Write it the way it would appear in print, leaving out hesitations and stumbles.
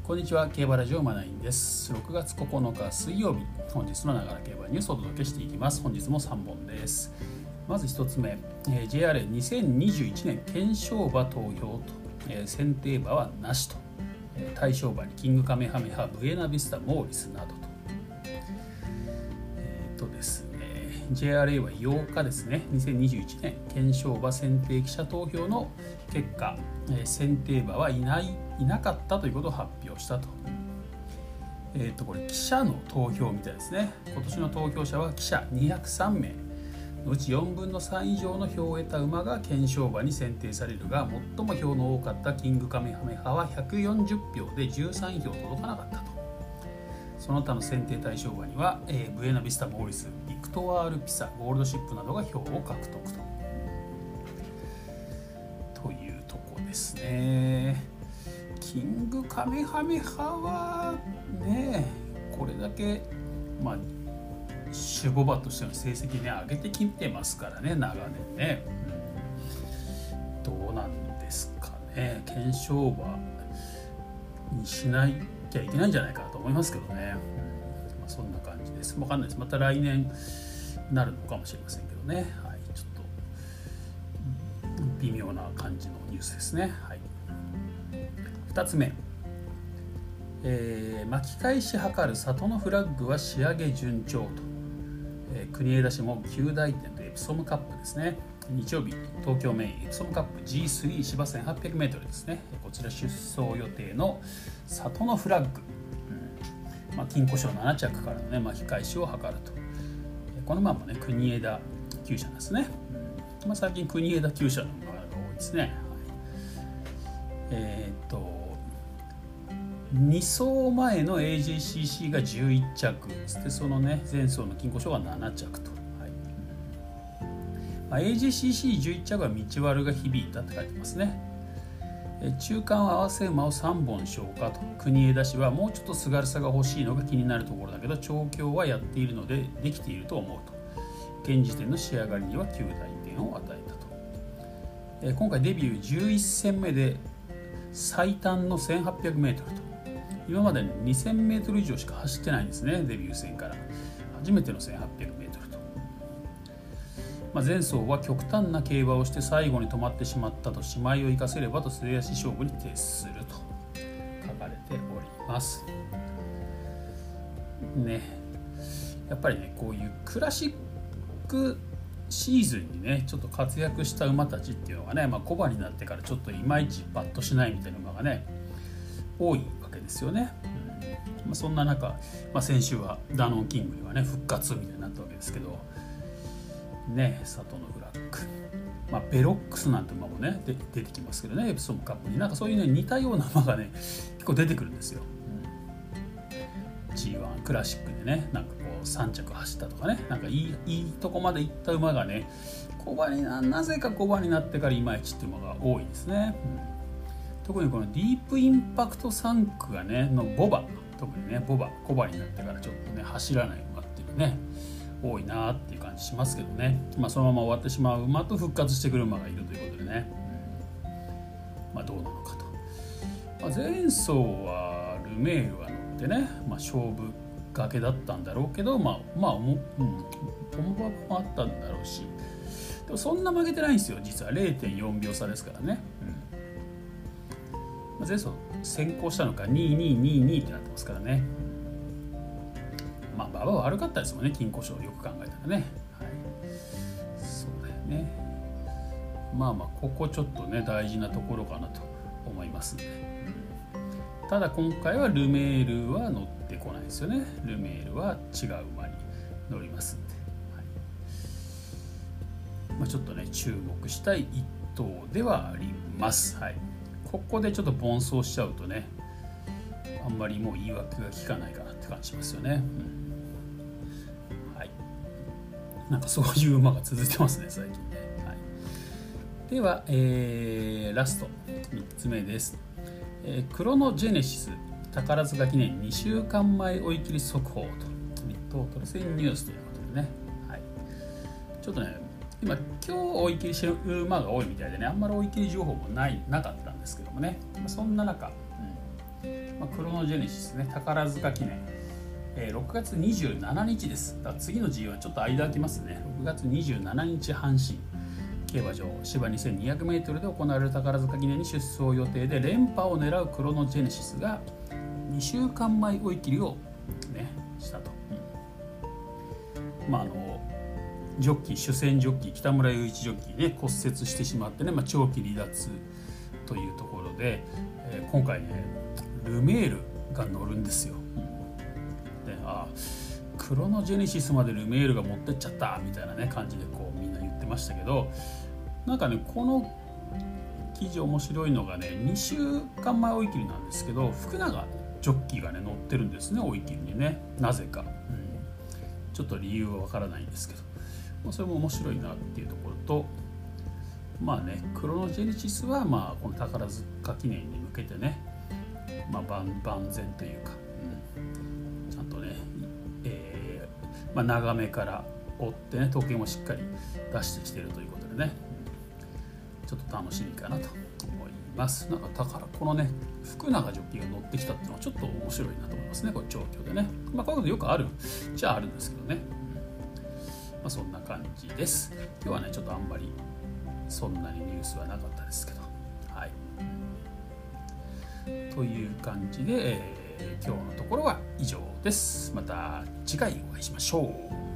こんにちは、競馬ラジオマナインです。6月9日水曜日、本日のながら競馬ニュースをお届けしていきます。本日も3本です。まず1つ目、JRA2021 年検証馬投票と、選定馬はなしと、対象馬にキングカメハメハ、ブエナビスタ、モーリスなどと。ですね、JRA は8日ですね、2021年検証馬選定記者投票の結果、選定馬はいなかったということを発表したと。これ記者の投票みたいですね。今年の投票者は記者203名のうち4分の3以上の票を得た馬が検証馬に選定されるが、最も票の多かったキングカメハメハは140票で13票届かなかったと。その他の選定対象馬には、ブエナビスタ、モーリス、ビクトワールピサ、ゴールドシップなどが票を獲得というとこですね。キングカメハメハはね、これだけ守護馬としての成績ね上げてきてますからね、長年ね、どうなんですかね。検証馬にしなきゃいけないんじゃないかなと思いますけどね、そんな感じです。分かんないです。また来年なるのかもしれませんけどね、はい、ちょっと微妙な感じのニュースですね。はい、2つ目、巻き返し図る里のフラッグは仕上げ順調と、国枝氏も9大点とエプソムカップですね。日曜日、東京メインエプソムカップ G3 芝 1800m ですね。こちら出走予定の里のフラッグ、金庫賞7着からの、ね、巻き返しを図ると。この馬もね、国枝厩舎ですね。最近国枝厩舎の馬が多いですね。2走前の AJCC が11着で、そのね前走の金庫賞が7着と。AJCC11 着は道悪が響いたって書いてますね。中間を合わせ馬を3本消化と。国枝氏はもうちょっとすがるさが欲しいのが気になるところだけど、調教はやっているのでできていると思うと。現時点の仕上がりには9大点を与えたと。今回デビュー11戦目で最短の 1800m と。今まで 2000m 以上しか走ってないんですね。デビュー戦から初めての 1800m と。前走は極端な競馬をして最後に止まってしまったと、姉妹を生かせればと末脚勝負に徹すると書かれておりますね。やっぱりね、こういうクラシックシーズンにねちょっと活躍した馬たちっていうのがね、小馬になってからちょっといまいちバッとしないみたいな馬がね多いわけですよね。そんな中、先週はダノンキングにはね復活みたいになったわけですけどね、里のフラッグ、ベロックスなんて馬もね出てきますけどね、エプソムカップにそういうね似たような馬がね結構出てくるんですよ。G1 クラシックでねこう3着走ったとかね、いいとこまで行った馬がねなぜか小馬になってからいまいちっていう馬が多いですね。特にこのディープインパクト3区がねのボバ、特にね小馬になってからちょっとね走らない馬っていうね多いなっていう感じしますけどね。そのまま終わってしまう馬と復活してくる馬がいるということでね、どうなのかと。前走はルメールが乗ってね、勝負がけだったんだろうけど、ポンバもあったんだろうし、でもそんな負けてないんですよ。実は 0.4 秒差ですからね。前走先行したのか2222ってなってますからね。馬場は悪かったですもんね、金庫賞よく考えたらね。はい、そうだよね。ここちょっとね大事なところかなと思いますんで、ただ今回はルメールは乗ってこないですよね。ルメールは違う馬に乗りますんで、ちょっとね注目したい一頭ではあります。はい、ここでちょっと凡走しちゃうとね、あんまりもう言い訳が効かないかなって感じしますよね。そういう馬が続いてますね最近ね。では、ラスト3つ目です。クロノジェネシス宝塚記念2週間前追い切り速報と立東トレセンニュースということでね、ちょっとね今日追い切りしてる馬が多いみたいでね、あんまり追い切り情報もなかったんですけどもね、そんな中、 クロノジェネシスね、宝塚記念、6月27日です。だから次の G1 はちょっと間空きますね。6月27日阪神競馬場芝 2200m で行われる宝塚記念に出走予定で、連覇を狙うクロノジェネシスが2週間前追い切りを、ね、したと。ジョッキー主戦ジョッキー北村雄一ジョッキーね、骨折してしまってね、長期離脱というところで、今回ねルメールが乗るんですよ。で、クロノジェネシスまでルメールが持ってっちゃったみたいなね感じでこうみんな言ってましたけど、なんかねこの記事面白いのがね、2週間前追い切りなんですけど、福永ジョッキーがね乗ってるんですね、追い切りにね、なぜか、ちょっと理由はわからないんですけど、それも面白いなっていうところと、クロノジェネシスはこの宝塚記念に向けてね、万全というか、ちゃんとね、長めから追ってね統計もしっかり出してきているということでね、ちょっと楽しみかなと思います。なんかこのね福永ジョッキーが乗ってきたっていうのはちょっと面白いなと思いますね、これ調教でね。こういうことよくあるじゃあるんですけどね、そんな感じです。今日はねちょっとあんまりそんなにニュースはなかったですけど、はい、という感じで、今日のところは以上です。また次回お会いしましょう。